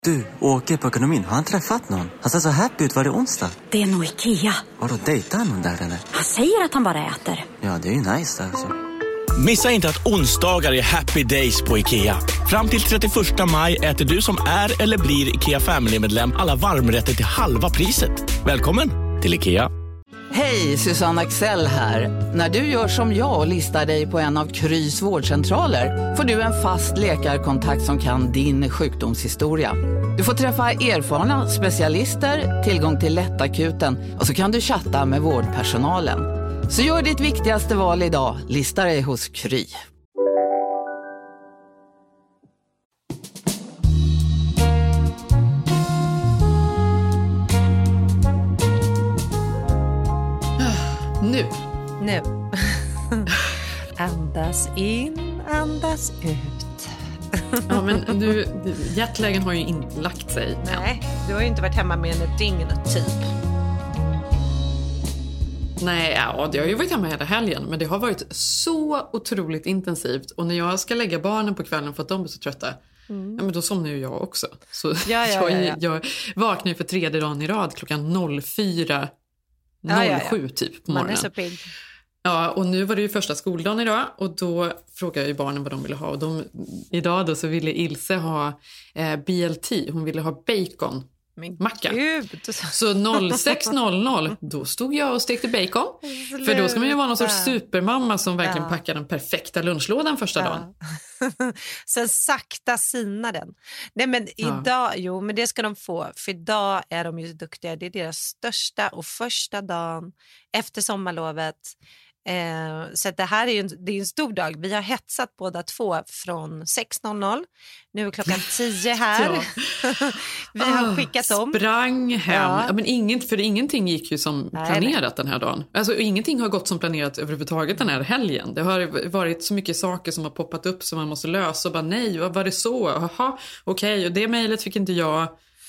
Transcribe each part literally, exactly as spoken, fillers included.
Du, åker på ekonomin. Har han träffat någon? Han ser så happy ut. Var det onsdag? Det är nog Ikea. Har du dejtat någon där eller? Han säger att han bara äter. Ja, det är ju nice alltså. Missa inte att onsdagar är happy days på Ikea. Fram till trettioförsta maj äter du som är eller blir Ikea Family-medlem alla varmrätter till halva priset. Välkommen till Ikea. Hej, Susanne Axel här. När du gör som jag och listar dig på en av Krys vårdcentraler får du en fast läkarkontakt som kan din sjukdomshistoria. Du får träffa erfarna specialister, tillgång till lättakuten och så kan du chatta med vårdpersonalen. Så gör ditt viktigaste val idag, lista dig hos Kry. Nu. Nu. Andas in, andas ut. Ja, men du, jetlagen har ju inte lagt sig. Nej, du har ju inte varit hemma med en dygn typ. Nej, ja, jag har ju varit hemma hela helgen. Men det har varit så otroligt intensivt. Och när jag ska lägga barnen på kvällen för att de blir så trötta, mm. ja, men då somnar ju jag också. Så ja, ja, jag, ja, ja. jag vaknar ju för tredje dagen i rad klockan fyra noll sju ja, ja, ja. typ på morgonen. Man är så pigg. Ja, och nu var det ju första skoldagen idag och då frågade jag ju barnen vad de ville ha. Och de, idag då så ville Ilse ha eh, B L T, hon ville ha bacon. Men macka. Gud. Så sex noll noll då stod jag och stekte bacon. Sluta. För då ska man ju vara någon sorts supermamma som verkligen ja. packar den perfekta lunchlådan första ja. dagen. Sen sakta sina den. Nej men ja. idag, jo men det ska de få. För idag är de ju duktiga. Det är deras största och första dagen efter sommarlovet. Eh, så att det här är ju en, det är en stor dag. Vi har hetsat båda två från sex noll noll. Nu är klockan tio här. ja. Vi har skickat om. Sprang hem. Ja. Ja, men inget, för ingenting gick ju som nej, planerat nej. den här dagen. Alltså ingenting har gått som planerat överhuvudtaget den här helgen. Det har varit så mycket saker som har poppat upp som man måste lösa. Och bara nej, var det så? Jaha, okej. Okay. Och det mejlet fick inte jag.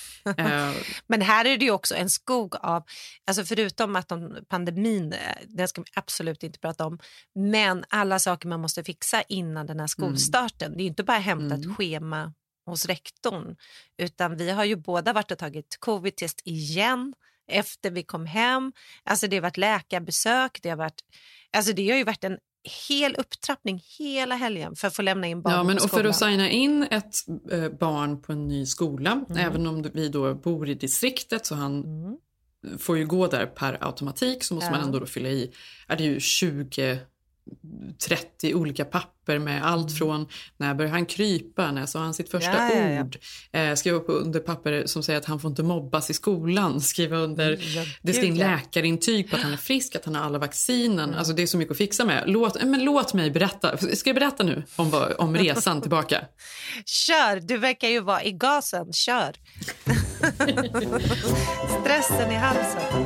Men här är det ju också en skog av, alltså förutom att de, pandemin, den ska vi absolut inte prata om, men alla saker man måste fixa innan den här skolstarten. Mm. Det är ju inte bara hämta ett mm. schema hos rektorn, utan vi har ju båda varit och tagit covid-test igen efter vi kom hem. Alltså det har varit läkarbesök, det har varit, alltså det har ju varit en hel upptrappning hela helgen för att få lämna in barn ja, men på och skolan. för att signa in ett äh, barn på en ny skola, mm. även om vi då bor i distriktet så han mm. får ju gå där per automatik, så måste ja. man ändå då fylla i, är det ju tjugo trettio olika papper med allt mm. från när börjar han krypa, när sa han sitt första ja, ja, ja. ord, eh, skriva upp under papper som säger att han får inte mobbas i skolan, skriva under ja, det ska in läkarintyg på att han är frisk, att han har alla vaccinen, mm. alltså det är så mycket att fixa med. Låt, men låt mig berätta, ska jag berätta nu om, om resan tillbaka? Kör, du verkar ju vara i gasen, kör. Stressen i halsen.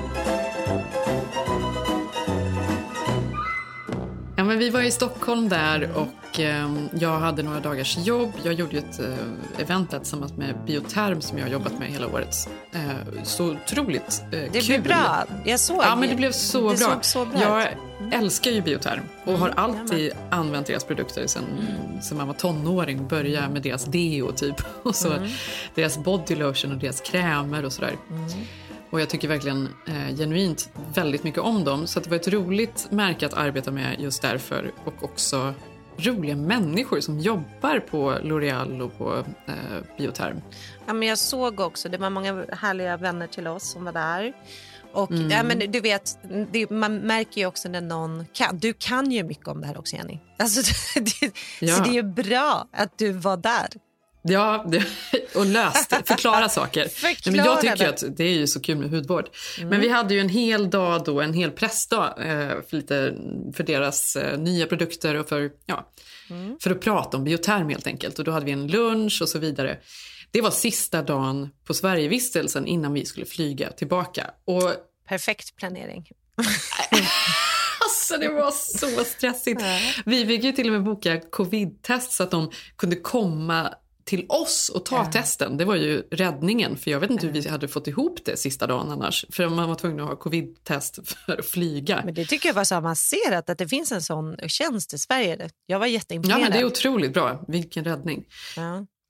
Ja, men vi var i Stockholm där och eh, jag hade några dagars jobb. Jag gjorde ju ett eh, event tillsammans med Bioterm som jag har jobbat med hela året. Eh, så otroligt eh, det kul. Det blev bra. Jag såg Ja, men det blev så det bra. Så bra. Jag älskar ju Bioterm och har alltid mm. använt deras produkter sen, mm. sen man var tonåring. Började med deras deo typ. Och så mm. deras body lotion och deras krämer och sådär. Mm. Och jag tycker verkligen eh, genuint väldigt mycket om dem. Så att det var ett roligt märke att arbeta med just därför. Och också roliga människor som jobbar på L'Oreal och på eh, Bioterm. Ja, men jag såg också, det var många härliga vänner till oss som var där. Och mm. ja, men du vet, det, man märker ju också när någon kan. Du kan ju mycket om det här också, Jenny. Alltså, det, ja. Så det är ju bra att du var där. Ja, och löst, förklara saker. Förklara. Men jag tycker att det är ju så kul med hudvård. Mm. Men vi hade ju en hel dag då, en hel pressdag för, lite, för deras nya produkter och för, ja, mm. för att prata om Bioterm helt enkelt. Och då hade vi en lunch och så vidare. Det var sista dagen på Sverigevistelsen innan vi skulle flyga tillbaka. Och perfekt planering. Alltså det var så stressigt. Vi fick ju till och med boka covid-test så att de kunde komma till oss och ta ja. testen. Det var ju räddningen, för jag vet inte hur vi hade fått ihop det sista dagen annars. För man var tvungen att ha covid-test för att flyga. Men det tycker jag var så avancerat att det finns en sån tjänst i Sverige. Jag var jätteimponerad. Ja, men det är otroligt bra. Vilken räddning. Ja.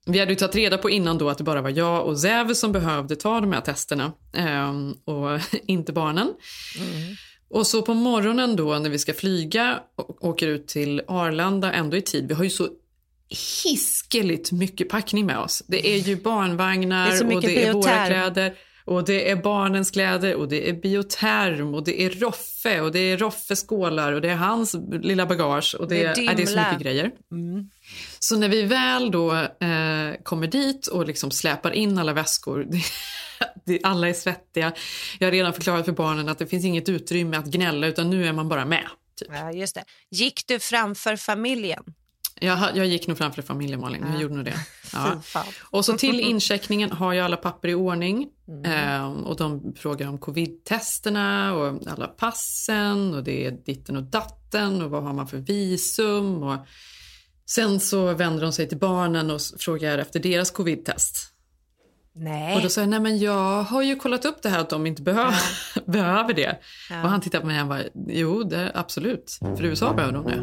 Vi hade ju tagit reda på innan då att det bara var jag och Zev som behövde ta de här testerna eh, och inte barnen. Mm. Och så på morgonen då när vi ska flyga och åker ut till Arlanda ändå i tid. Vi har ju så hiskeligt mycket packning med oss. Det är ju barnvagnar det är och det är våra kläder. Och det är barnens kläder och det är bioterm och det är Roffe och det är Roffeskålar och det är hans lilla bagage och det, det, är, är, det är så mycket grejer. Mm. Så när vi väl då eh, kommer dit och liksom släpar in alla väskor, det, det, alla är svettiga. Jag har redan förklarat för barnen att det finns inget utrymme att gnälla utan nu är man bara med. Typ. Ja, just det. Gick du framför familjen? Jag, jag gick nog framför familjen, Malin. Jag gjorde nog det. Ja. Och så till incheckningen har jag alla papper i ordning. Mm. Eh, och de frågar om covid-testerna och alla passen. Och det är ditten och datten. Och vad har man för visum. Och sen så vänder de sig till barnen och frågar efter deras covid-test. Nej. Och då säger jag, nej men jag har ju kollat upp det här att de inte behöver, ja. behöver det. Ja. Och han tittar på mig och bara, jo det absolut. För U S A behöver de det.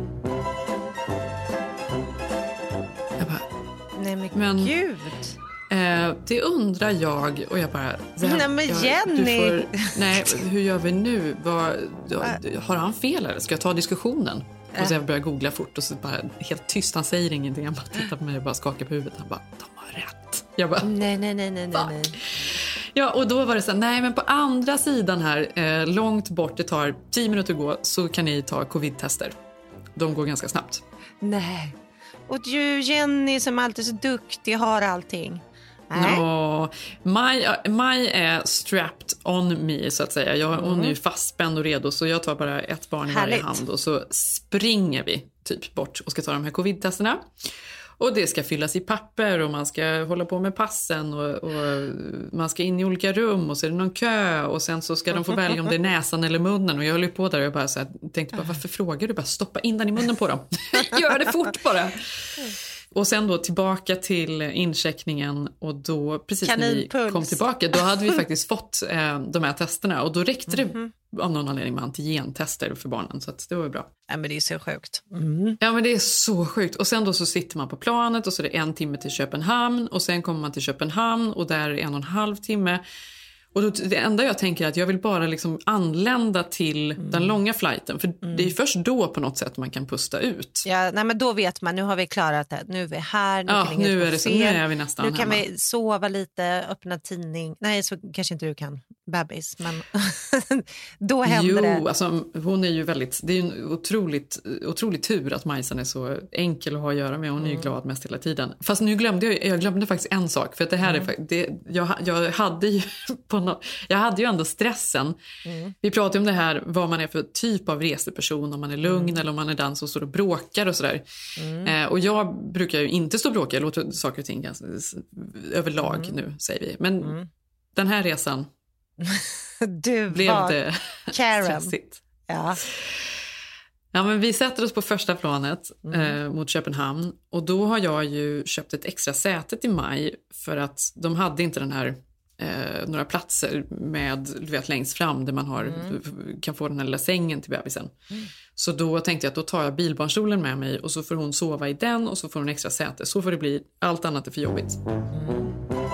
Nej men, men gud. Eh, det undrar jag och jag bara... Nej men jag, Jenny. Får, nej, hur gör vi nu? Vad, har han fel eller? Ska jag ta diskussionen? Äh. Och så jag börjar googla fort och så bara helt tyst. Han säger ingenting. Han bara tittar på mig och bara skakar på huvudet. Han bara, de har rätt. Jag bara, nej, nej, nej, nej, nej. Ja, och då var det så här, nej men på andra sidan här, eh, långt bort, det tar tio minuter att gå, så kan ni ta covid-tester. De går ganska snabbt. Nej. Och du, Jenny, som alltid är så duktig, har allting. Nej. No. Maj, Maj är strapped on me, så att säga. Jag, mm. Hon är ju fastspänd och redo, så jag tar bara ett barn i varje hand. Och så springer vi typ bort och ska ta de här covid-testerna. Och det ska fyllas i papper och man ska hålla på med passen och, och man ska in i olika rum och så är det någon kö och sen så ska de få välja om det är näsan eller munnen. Och jag höll på där och jag bara så här, tänkte bara, varför frågar du? Bara stoppa in den i munnen på dem. Gör det fort bara. Och sen då tillbaka till incheckningen och då precis Kaninpuls. När vi kom tillbaka då hade vi faktiskt fått eh, de här testerna och då räckte det mm-hmm. av någon anledning med antigentester för barnen, så att det var bra. Ja men det är så sjukt. Mm. Ja men det är så sjukt och sen då så sitter man på planet och så är det en timme till Köpenhamn och sen kommer man till Köpenhamn och där är en och en halv timme. Och då, det enda jag tänker är att jag vill bara liksom anlända till mm. den långa flighten. För mm. det är först då på något sätt man kan pusta ut. Ja, nej, men då vet man, nu har vi klarat det. Nu är vi här, nu, ja, kan nu är det så, nu är vi nästan Nu kan hemma. Vi sova lite, öppna tidning. Nej, så kanske inte du kan, bebis. Men då händer jo, det. Jo, alltså hon är ju väldigt, det är ju en otroligt, otroligt tur att Majsan är så enkel att ha att göra med. Hon är ju mm. glad mest hela tiden. Fast nu glömde jag, jag glömde faktiskt en sak. För att det här mm. är, det, jag, jag hade ju på no, jag hade ju ändå stressen. Mm. Vi pratade om det här, vad man är för typ av reseperson. Om man är lugn mm. eller om man är den som står och bråkar och sådär. Mm. Eh, och jag brukar ju inte stå och bråka. Jag låter saker och ting ganska, överlag mm. nu, säger vi. Men mm. den här resan du blev var det Karen. Stressigt. Ja. Ja, men vi sätter oss på första planet mm. eh, mot Köpenhamn. Och då har jag ju köpt ett extra säte till Maj. För att de hade inte den här eh, några platser med, du vet, längst fram där man har, mm. kan få den här lilla sängen till bebisen. Mm. Så då tänkte jag att då tar jag bilbarnstolen med mig och så får hon sova i den och så får hon extra säte. Så får det bli, allt annat är för jobbigt. Mm.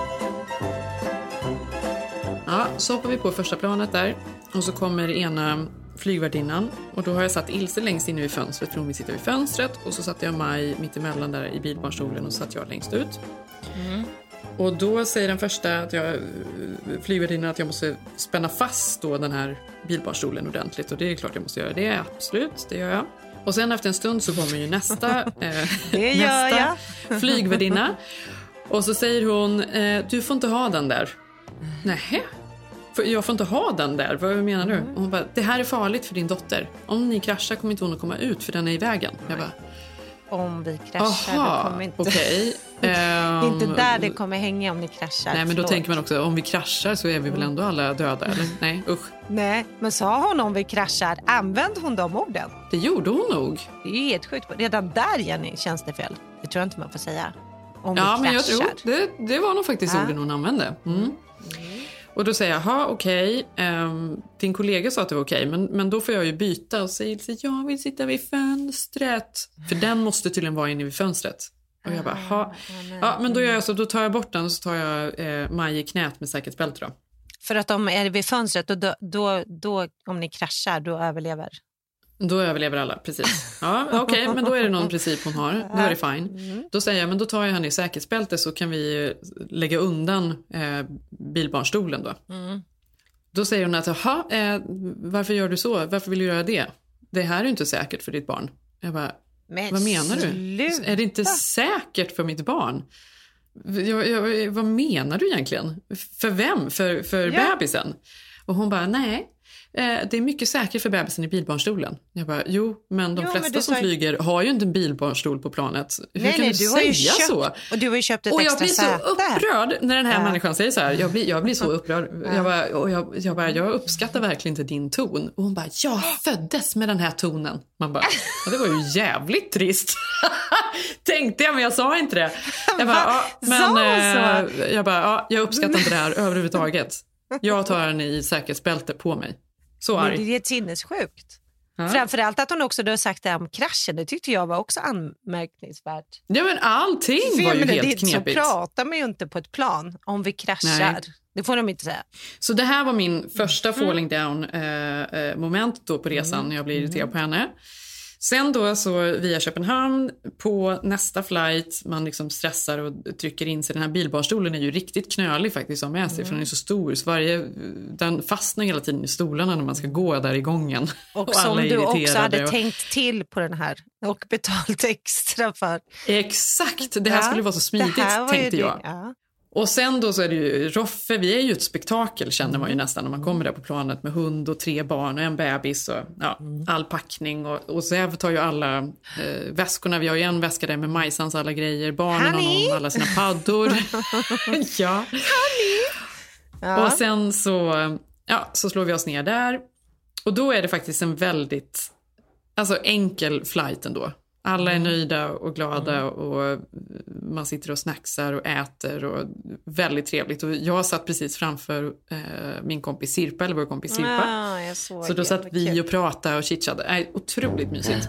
Ja, så hoppar vi på första planet där och så kommer ena flygvärdinnan och då har jag satt Ilse längst inne vid fönstret för hon vill sitta vid fönstret och så satt jag Maj mitt emellan där i bilbarnstolen och så satt jag längst ut. Mm. Och då säger den första att jag, flygvärdinnan att jag måste spänna fast då den här bilbarnstolen ordentligt och det är klart jag måste göra det, absolut, det gör jag. Och sen efter en stund så kommer ju nästa, eh, det gör nästa jag. flygvärdinna och så säger hon, eh, du får inte ha den där. Nej, för jag får inte ha den där. Vad menar du? Och hon bara, det här är farligt för din dotter. Om ni kraschar kommer inte hon att komma ut för den är i vägen. Jag bara, om vi kraschar, aha, då kommer inte... okej. Okay. um, inte där det kommer hänga om ni kraschar. Nej, men då förlåt. tänker man också, om vi kraschar så är vi väl ändå alla döda, eller? Nej, usch. Nej, men sa hon om vi kraschar, använde hon de orden? Det gjorde hon nog. Det är ju helt sjukt. Redan där, Jenny, känns det fel. Det tror jag inte man får säga. Om ja, vi men jag kraschar. tror, det, det var nog faktiskt ja. orden hon använde. Mm. Mm. Och då säger jag, ja okej, okay. um, din kollega sa att det var okej, okay, men, men då får jag ju byta och säga, jag vill sitta vid fönstret. För den måste tydligen vara inne vid fönstret. Och jag bara, ha. Ja, men då, gör jag så, då tar jag bort den och så tar jag eh, Maj i knät med säkerhetsbälte då. För att de är vid fönstret och då, då, då om ni kraschar, då överlever. Då överlever alla, precis. Ja, okej, okay, men då är det någon princip hon har. Då är det fine. Mm. Då säger jag, men då tar jag henne i säkerhetsbälte så kan vi lägga undan eh, bilbarnstolen då. Mm. Då säger hon att, jaha, eh, varför gör du så? Varför vill du göra det? Det här är inte säkert för ditt barn. Jag bara, men vad menar du? Sluta. Är det inte säkert för mitt barn? Jag, jag, vad menar du egentligen? För vem? För, för ja. bebisen? Och hon bara, nej. Det är mycket säkert för bebisen i bilbarnstolen. Jag bara, jo, men de jo, flesta men som sa... flyger har ju inte en bilbarnstol på planet. Hur nej, kan nej, du, du säga köpt, så? Och du har ju köpt ett och extra säte. Och jag blir så upprörd när den här ja. människan säger så här. Jag blir, jag blir så upprörd. Ja. Jag, bara, och jag, jag, bara, jag uppskattar verkligen inte din ton. Och hon bara, jag föddes med den här tonen. Man bara, ja, det var ju jävligt trist. Tänkte jag, men jag sa inte det. Jag bara, ja, men, äh, jag, bara ja, jag uppskattar inte det här överhuvudtaget. Jag tar den i säkerhetsbälte på mig. Så arg. Det är ett sinnessjukt. Ja. Framförallt att hon också då sagt det om kraschen. Det tyckte jag var också anmärkningsvärt. Ja, men allting För var ju helt det, knepigt. Så pratar man ju inte på ett plan om vi kraschar. Nej. Det får de inte säga. Så det här var min första mm. falling down eh, moment då på resan mm. när jag blir irriterad mm. på henne. Sen då så via Köpenhamn på nästa flight, man liksom stressar och trycker in sig. Den här bilbarnstolen är ju riktigt knölig faktiskt som med sig, mm. för den är så stor. Så varje, den fastnar hela tiden i stolarna när man ska gå där i gången. Och, och som du också hade och... tänkt till på den här och betalt extra för. Exakt, det här ja, skulle vara så smidigt tänkte jag. Ja. Och sen då så är det ju Roffe, vi är ju ett spektakel känner man ju nästan när man kommer där på planet med hund och tre barn och en bebis och ja, all packning och, och så tar ju alla eh, väskorna, vi har ju en väska där med Majsans alla grejer, barnen Honey. har alla sina paddor. ja. ja. Och sen så, ja, så slår vi oss ner där och då är det faktiskt en väldigt alltså enkel flight ändå. Alla är nöjda och glada mm. och man sitter och snacksar och äter och väldigt trevligt. Och jag satt precis framför eh, min kompis Sirpa, eller vår kompis Sirpa. Ah, jag såg så då satt vi kul. och pratade och chitchade. Äh, otroligt mysigt.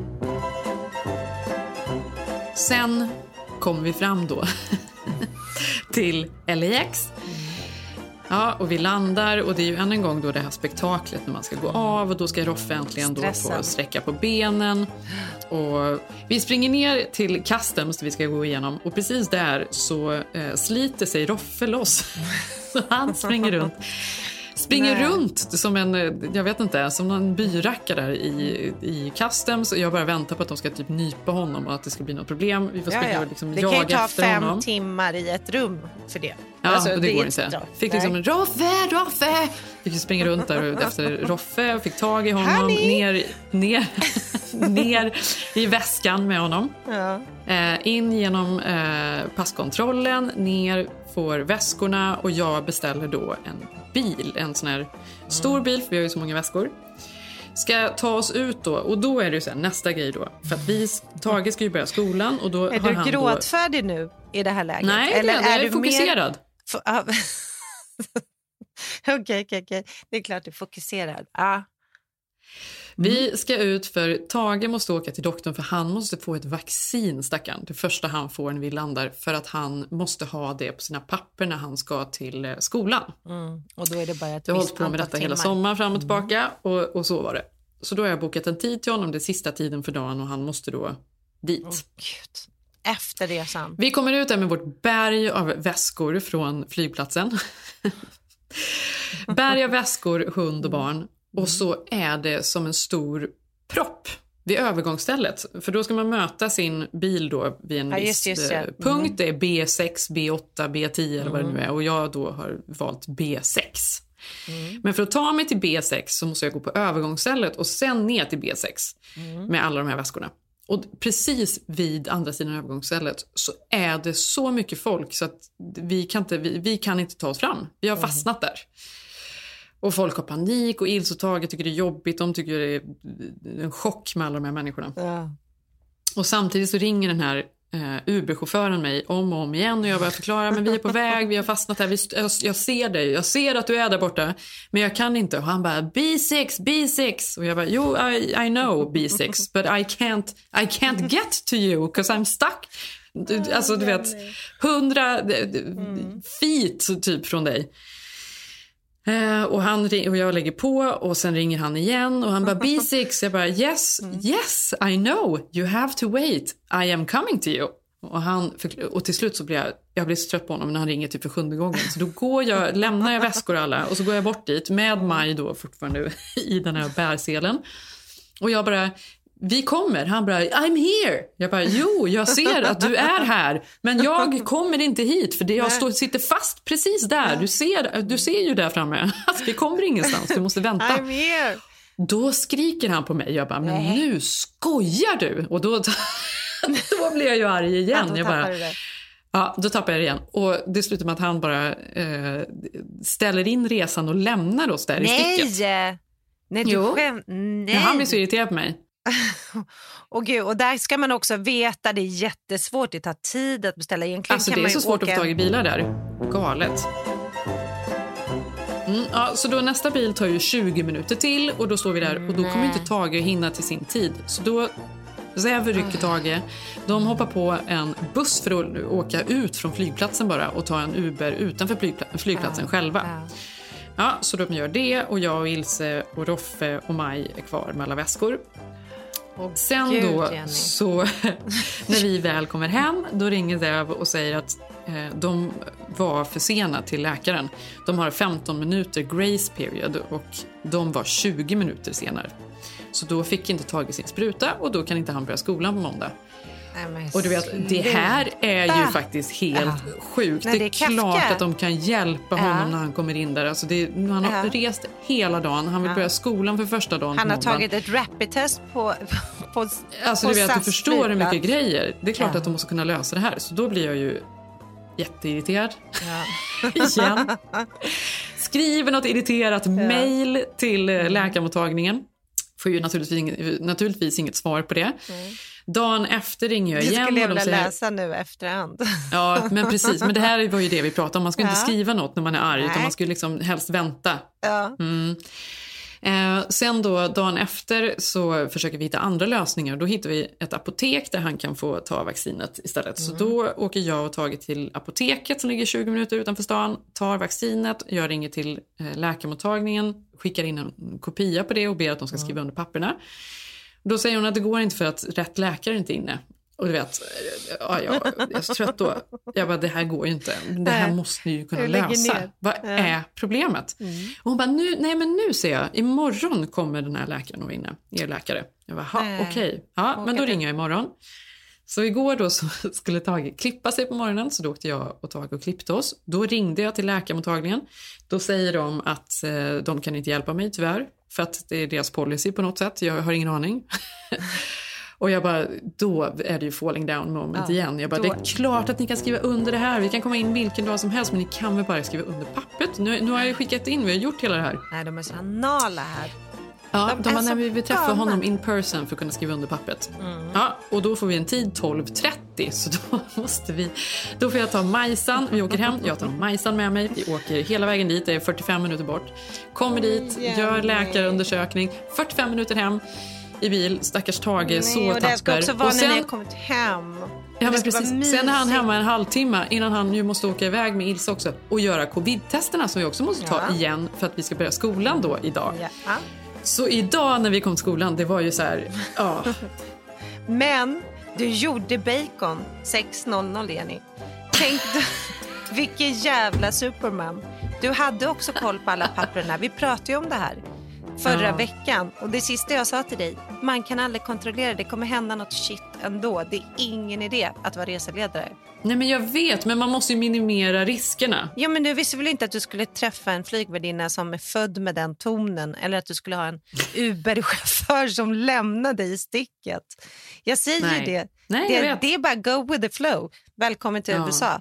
Sen kom vi fram då till L A X. Ja, och vi landar och det är ju än en gång då det här spektaklet när man ska gå av och då ska Roffe äntligen då få sträcka på benen och vi springer ner till Customs där vi ska gå igenom och precis där så eh, sliter sig Roffe loss så han springer runt springer Nej. runt som en, jag vet inte, som någon byrackare där i, i Customs och jag bara väntar på att de ska typ nypa honom och att det ska bli något problem. Vi får springa ja, ja. och liksom jaga efter honom. Det kan ju ta fem timmar i ett rum för det. Ja, alltså, och det, det går inte. Bra. Fick liksom en Roffe, Roffe! Fick springa runt där efter Roffe och fick tag i honom. Ner, ner, ner i väskan med honom. Ja. Eh, in genom eh, passkontrollen, ner får väskorna och jag beställer då en bil. En sån här stor bil, för vi har ju så många väskor. Ska ta oss ut då, och då är det ju sen nästa grej då. För att vi, Tage ska ju börja skolan och då är har du han gråtfärdig då... nu i det här läget? Nej, eller är, är du fokuserad? Mer... Okej, okej, okej. Det är klart du är fokuserad. Ah. Mm. Vi ska ut för Tage måste åka till doktorn för han måste få ett vaccin, stackarn. Det första han får när vi landar för att han måste ha det på sina papper när han ska till skolan. Mm. Och då är det bara ett Jag har hållit på med detta timmar. hela sommaren fram och tillbaka mm. och, och så var det. Så då har jag bokat en tid till honom, det är sista tiden för dagen och han måste då dit. Oh, Gud. Efter resan. Vi kommer ut där med vårt berg av väskor från flygplatsen. Berg av väskor, hund och barn. Och så är det som en stor propp vid övergångsstället. För då ska man möta sin bil då vid en ja, viss just, just, ja. mm. punkt. Det är B sex, B åtta, B tio eller vad det nu är. Och jag då har valt B sex. Mm. Men för att ta mig till B sex så måste jag gå på övergångsstället och sen ner till B sex mm. med alla de här väskorna. Och precis vid andra sidan övergångsstället så är det så mycket folk så att vi kan inte, vi, vi kan inte ta oss fram. Vi har fastnat där. Och folk har panik och Ilse och Tage tycker det är jobbigt. De tycker det är en chock med alla de här människorna. Ja. Och samtidigt så ringer den här eh, Uber-chauffören mig om och om igen och jag börjar förklara, men vi är på väg, vi har fastnat här, vi, jag, jag ser dig, jag ser att du är där borta, men jag kan inte. Och han bara, B sex, B sex, och jag bara, jo, I, I know B sex, but I can't, I can't get to you because I'm stuck. Alltså du vet, hundra mm. feet typ från dig. Uh, och, han, och jag lägger på och sen ringer han igen och han bara B sex, jag bara yes, yes I know, you have to wait, I am coming to you. Och, han, och till slut så blir jag, jag blir så trött på honom när han ringer typ för sjunde gången. Så då går jag, lämnar jag väskor alla och så går jag bort dit med Maj då fortfarande i den här bärselen. Och jag bara, vi kommer. Han bara, I'm here. Jag bara, jo, jag ser att du är här. Men jag kommer inte hit för det jag står, sitter fast precis där. Du ser, du ser ju där framme. Alltså, vi kommer ingenstans, du måste vänta. I'm here. Då skriker han på mig. Jag bara, men Nej. nu skojar du. Och då, då blir jag ju arg igen. Ja, jag bara, ja, då tappar jag det igen. Och det slutar med att han bara eh, ställer in resan och lämnar oss där Nej. i sticket. Nej, du skäm... Nej. Ja, han blir så irriterad på mig. Och gud, och där ska man också veta, det är jättesvårt, det tar tid att beställa. Egentligen alltså kan det är man så svårt åka... att få tag i bilar där. Galet. Mm, ja, så då nästa bil tar ju tjugo minuter till och då står vi där och då kommer inte Tage hinna till sin tid. Så då Säver rycker Tage. De hoppar på en buss för att åka ut från flygplatsen bara och ta en Uber utanför flygpla- flygplatsen ja, själva. Ja. Ja, så de gör det och jag och Ilse och Roffe och Maj är kvar med alla väskor. Och sen Gud, då Jenny. Så när vi väl kommer hem då ringer Zev och säger att eh, de var för sena till läkaren. De har femton minuter grace period och de var tjugo minuter senare. Så då fick inte Tage sin spruta och då kan inte han börja skolan på måndag. Nej, och du vet, det här är ju faktiskt helt ja. sjukt. Nej, det är, det är klart att de kan hjälpa honom ja. när han kommer in där. Alltså det, han har ja. rest hela dagen. Han vill ja. börja skolan för första dagen. Han har tagit ett rapid-test på, på Alltså på du vet, du förstår hur mycket grejer. Det är klart ja. att de måste kunna lösa det här. Så då blir jag ju jätteirriterad. Ja. Igen. Skriver något irriterat ja. mejl till läkarmottagningen. Får ju naturligtvis inget, naturligtvis inget svar på det. Mm. Dagen efter ringer jag igen. Det skulle jag vilja säger, läsa nu efterhand. Ja, men precis. Men det här var ju det vi pratade om. Man ska ja. inte skriva något när man är arg. Nej. Utan man ska liksom helst vänta. Ja. Mm. Eh, sen då, dagen efter så försöker vi hitta andra lösningar. Då hittar vi ett apotek där han kan få ta vaccinet istället. Mm. Så då åker jag och Tage till apoteket som ligger tjugo minuter utanför stan. Tar vaccinet, jag ringer till eh, läkarmottagningen. Skickar in en kopia på det och ber att de ska skriva under papperna. Då säger hon att det går inte för att rätt läkare är inte inne. Och du vet, ja, jag, jag är så trött då. Jag bara, det här går ju inte. Det här måste ni ju kunna lösa. Vad ja. är problemet? Mm. Och hon bara, nu, nej men nu ser jag. Imorgon kommer den här läkaren att vara inne. Er läkare. Jag bara, okej. Okay. Ja, men då ringer jag imorgon. Så igår då så skulle Tage klippa sig på morgonen. Så då åkte jag och Tage och klippte oss. Då ringde jag till läkarmottagningen. Då säger de att eh, de kan inte hjälpa mig tyvärr. För att det är deras policy på något sätt. Jag har ingen aning. Och jag bara, då är det ju falling down moment ja, igen. Jag bara, då... det är klart att ni kan skriva under det här. Vi kan komma in vilken dag som helst, men ni kan väl bara skriva under pappret. Nu, nu har jag skickat in, vi har gjort hela det här. Nej, de är så nala här. Ja, de, de har när vi vill träffa galna. honom in person för att kunna skriva under pappret. Mm. Ja, och då får vi en tid tolv trettio, så då måste vi... Då får jag ta Majsan, vi åker hem, jag tar Majsan med mig. Vi åker hela vägen dit, det är fyrtiofem minuter bort. Kommer dit, gör läkarundersökning, fyrtiofem minuter hem. I bil, stackars Tage, nej, så och det ska också vara och sen, när ni har kommit hem. Ja, men precis. Sen är han hemma en halvtimme innan han ju måste åka iväg med Ilse också. Och göra covid-testerna som vi också måste ta ja. igen för att vi ska börja skolan då idag. Ja. Ja. Så idag när vi kom till skolan, det var ju så här, ja. Men du gjorde bacon sex noll noll, Jenny. Tänk du, vilken jävla superman. Du hade också koll på alla papperna. Vi pratade ju om det här förra ja. veckan. Och det sista jag sa till dig, man kan aldrig kontrollera, det kommer hända något shit ändå. Det är ingen idé att vara reseledare. Nej, men jag vet, men man måste ju minimera riskerna. Ja, men du visste väl inte att du skulle träffa en flygvärdinna som är född med den tonen, eller att du skulle ha en Uber-chaufför som lämnade dig i sticket. Jag säger Nej. ju det. Nej, det, jag vet. det är bara go with the flow. Välkommen till ja. U S A.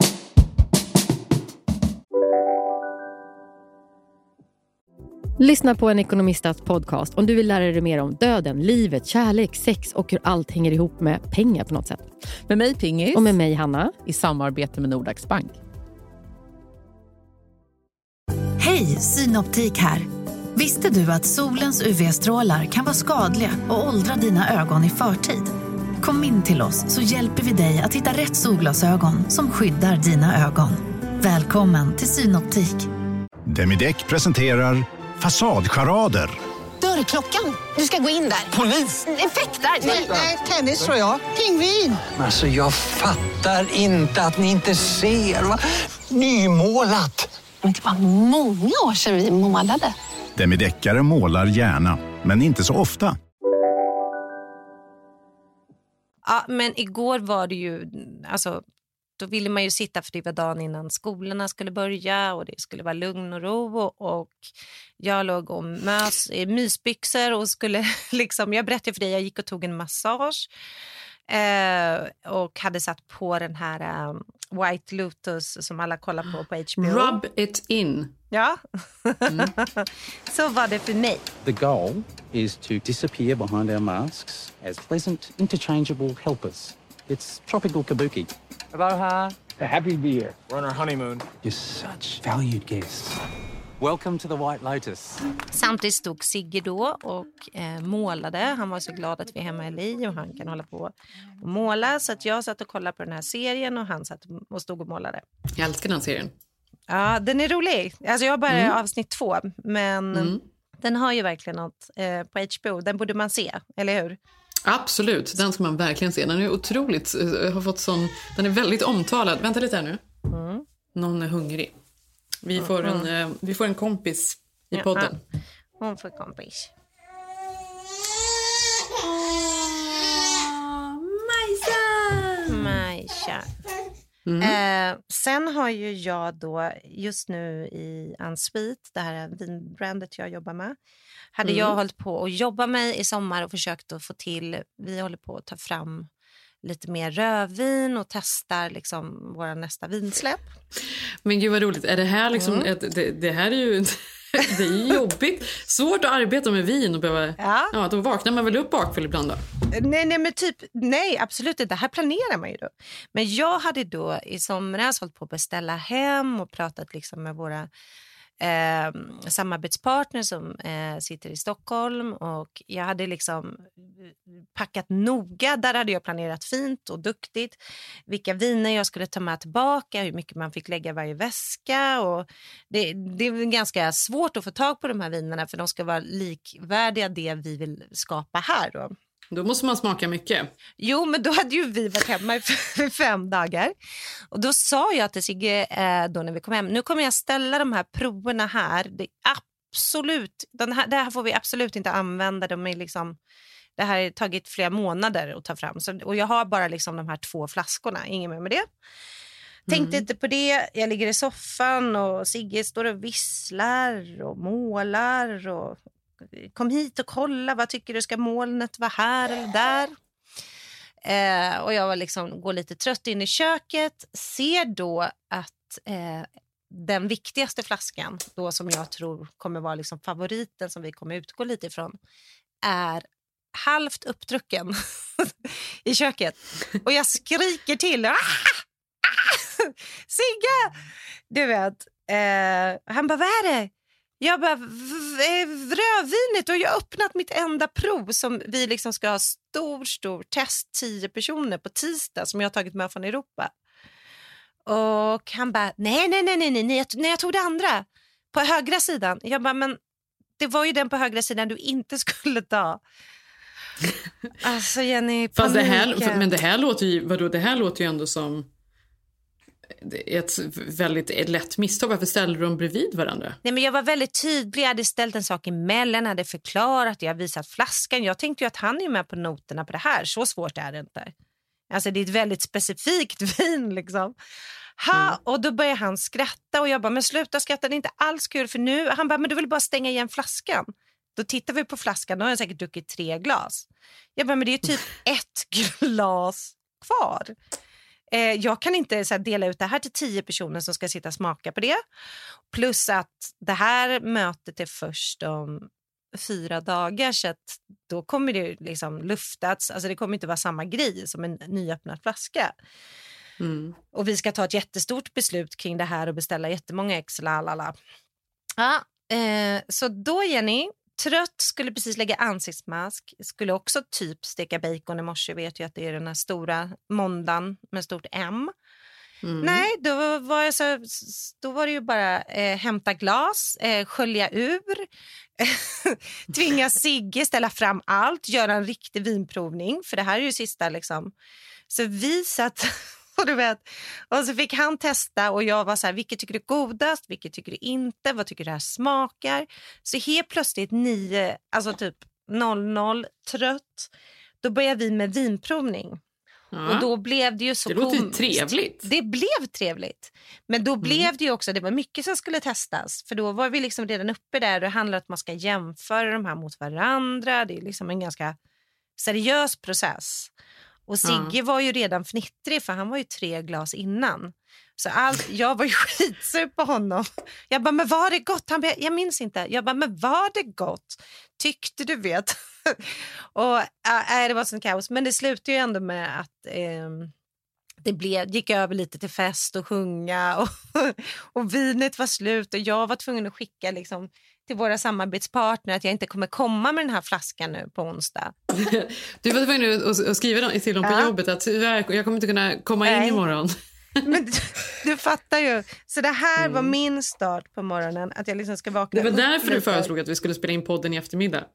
Lyssna på en ekonomistats podcast om du vill lära dig mer om döden, livet, kärlek, sex och hur allt hänger ihop med pengar på något sätt. Med mig Pingis. Och med mig Hanna. I samarbete med Nordax Bank. Hej, Synoptik här. Visste du att solens U V-strålar kan vara skadliga och åldra dina ögon i förtid? Kom in till oss så hjälper vi dig att hitta rätt solglasögon som skyddar dina ögon. Välkommen till Synoptik. Demideck presenterar Fasadcharader. Dörrklockan, du ska gå in där. Polis? Effektar? Nej, tennis tror jag. Pingvin. Alltså jag fattar inte att ni inte ser. Va? Nymålat. Men det var många år sedan vi målade. Demideckare målar gärna, men inte så ofta. Ja, men igår var det ju, alltså, då ville man ju sitta för det var dagen innan skolorna skulle börja och det skulle vara lugn och ro och, och jag låg och mös i mysbyxor och skulle liksom, jag berättade för dig, jag gick och tog en massage eh, och hade satt på den här um, White Lotus som alla kollar på på H B O. Rub it in. Ja, mm. Så var det för mig. The goal is to disappear behind our masks as pleasant, interchangeable helpers. It's tropical kabuki. Aloha. A happy beer. We're on our honeymoon. You're such valued guests. Welcome to the White Lotus. Samtidigt stod Sigge då och eh, målade. Han var så glad att vi är hemma i L A och han kan hålla på och måla. Så att jag satt och kollade på den här serien och han satt och stod och målade. Jag älskar den serien. Ja, den är rolig. Alltså jag har bara mm. avsnitt två, men mm. den har ju verkligen något eh, på H B O. Den borde man se, eller hur? Absolut, den ska man verkligen se. Den är otroligt, har fått sån, den är väldigt omtalad. Vänta lite här nu. Mm. Någon är hungrig. Vi får en, mm. eh, vi får en kompis i ja, podden. Ja. Hon får kompis. Åh, Majsa! Majsa. Mm. Eh, sen har ju jag då just nu i Unsweet, det här vinbrandet jag jobbar med, hade mm. jag hållit på att jobba med i sommar och försökt att få till, vi håller på att ta fram lite mer rödvin och testar liksom våra nästa vinsläpp. Men gud vad roligt, är det här liksom, mm. ett, det, det här är ju det är jobbigt, svårt att arbeta med vin och behöva, ja. ja då vaknar man väl upp bakfull ibland då? Nej, nej men typ, nej absolut inte, det här planerar man ju då. Men jag hade då i somras hållit på att beställa hem och pratat liksom med våra Eh, samarbetspartner som eh, sitter i Stockholm och jag hade liksom packat noga, där hade jag planerat fint och duktigt vilka viner jag skulle ta med tillbaka, hur mycket man fick lägga i varje väska och det, det är ganska svårt att få tag på de här vinerna för de ska vara likvärdiga det vi vill skapa här då. Då måste man smaka mycket. Jo, men då hade ju vi varit hemma för fem dagar. Och då sa jag till Sigge eh, då när vi kom hem, nu kommer jag ställa de här proverna här. Det är absolut, den här, det här får vi absolut inte använda. De är liksom, det här har tagit flera månader att ta fram. Så, och jag har bara liksom de här två flaskorna, ingen mer med det. Tänkte mm. inte på det, jag ligger i soffan och Sigge står och visslar och målar och kom hit och kolla, vad tycker du, ska molnet vara här eller där? Eh, och jag var liksom, går lite trött in i köket, ser då att eh, den viktigaste flaskan då som jag tror kommer vara liksom favoriten som vi kommer utgå lite ifrån är halvt uppdrucken i köket. Och jag skriker till. Ah! Ah! Sigge! Du vet. Eh, han bara, vad är det? Jag bara, rödvinet, och jag har öppnat mitt enda prov som vi liksom ska ha stor, stor test, tio personer på tisdag som jag har tagit med från Europa. Och han bara, nej, nej, nej, nej, nej, nej, jag, nej, jag tog det andra på högra sidan. Jag bara, men det var ju den på högra sidan du inte skulle ta. Alltså Jenny, fast det här, men det här låter ju, vadå, det här låter ju ändå som ett väldigt lätt misstag. Varför ställer de bredvid varandra? Nej, men jag var väldigt tydlig. Jag hade ställt en sak emellan, hade förklarat, jag visat flaskan. Jag tänkte ju att han är med på noterna på det här. Så svårt är det inte. Alltså det är ett väldigt specifikt vin liksom. Ha, mm. Och då börjar han skratta och jag bara, men sluta skratta, det är inte alls kul för nu. Han bara, men du vill bara stänga igen flaskan. Då tittar vi på flaskan, då har jag säkert druckit tre glas. Jag bara, men det är typ ett glas kvar. Eh, jag kan inte så här, dela ut det här till tio personer som ska sitta och smaka på det. Plus att det här mötet är först om fyra dagar, så att då kommer det liksom luftats. Alltså det kommer inte vara samma grej som en nyöppnad flaska. Mm. Och vi ska ta ett jättestort beslut kring det här och beställa jättemånga ex. Lalala. Ja, eh, så då Jenny, trött, skulle precis lägga ansiktsmask, skulle också typ steka bacon i morse, vet ju att det är den här stora måndagen med stort M. Mm. Nej, då var, jag så, då var det ju bara eh, hämta glas, eh, skölja ur, tvinga Sigge ställa fram allt, göra en riktig vinprovning, för det här är ju sista liksom. Så vi satt och du vet, och så fick han testa och jag var så här, vilket tycker du är godast, vilket tycker du inte, vad tycker du det här smakar? Så helt plötsligt nio, alltså typ noll noll, trött, då började vi med vinprovning. Ja. Och då blev det ju så. Det låter ju trevligt. Det blev trevligt. Men då mm. blev det ju också, det var mycket som skulle testas. För då var vi liksom redan uppe där. Det handlar om att man ska jämföra de här mot varandra. Det är liksom en ganska seriös process. Och Sigge ja. var ju redan fnittrig, för han var ju tre glas innan. Så allt, jag var ju skitsur på honom. Jag bara, men var det gott? Han bara, jag minns inte. Jag bara, men var det gott? Tyckte du vet. Och äh, det var sån kaos. Men det slutade ju ändå med att eh, det blev, gick över lite till fest och sjunga. Och, och vinet var slut. Och jag var tvungen att skicka liksom till våra samarbetspartner att jag inte kommer komma med den här flaskan nu på onsdag. Du var tvungen att skriva till dem på ja. jobbet att jag kommer inte kunna komma in Nej. imorgon. Men du, du fattar ju. Så det här mm. var min start på morgonen. Att jag liksom ska vakna. Det var därför du föreslog att vi skulle spela in podden i eftermiddag.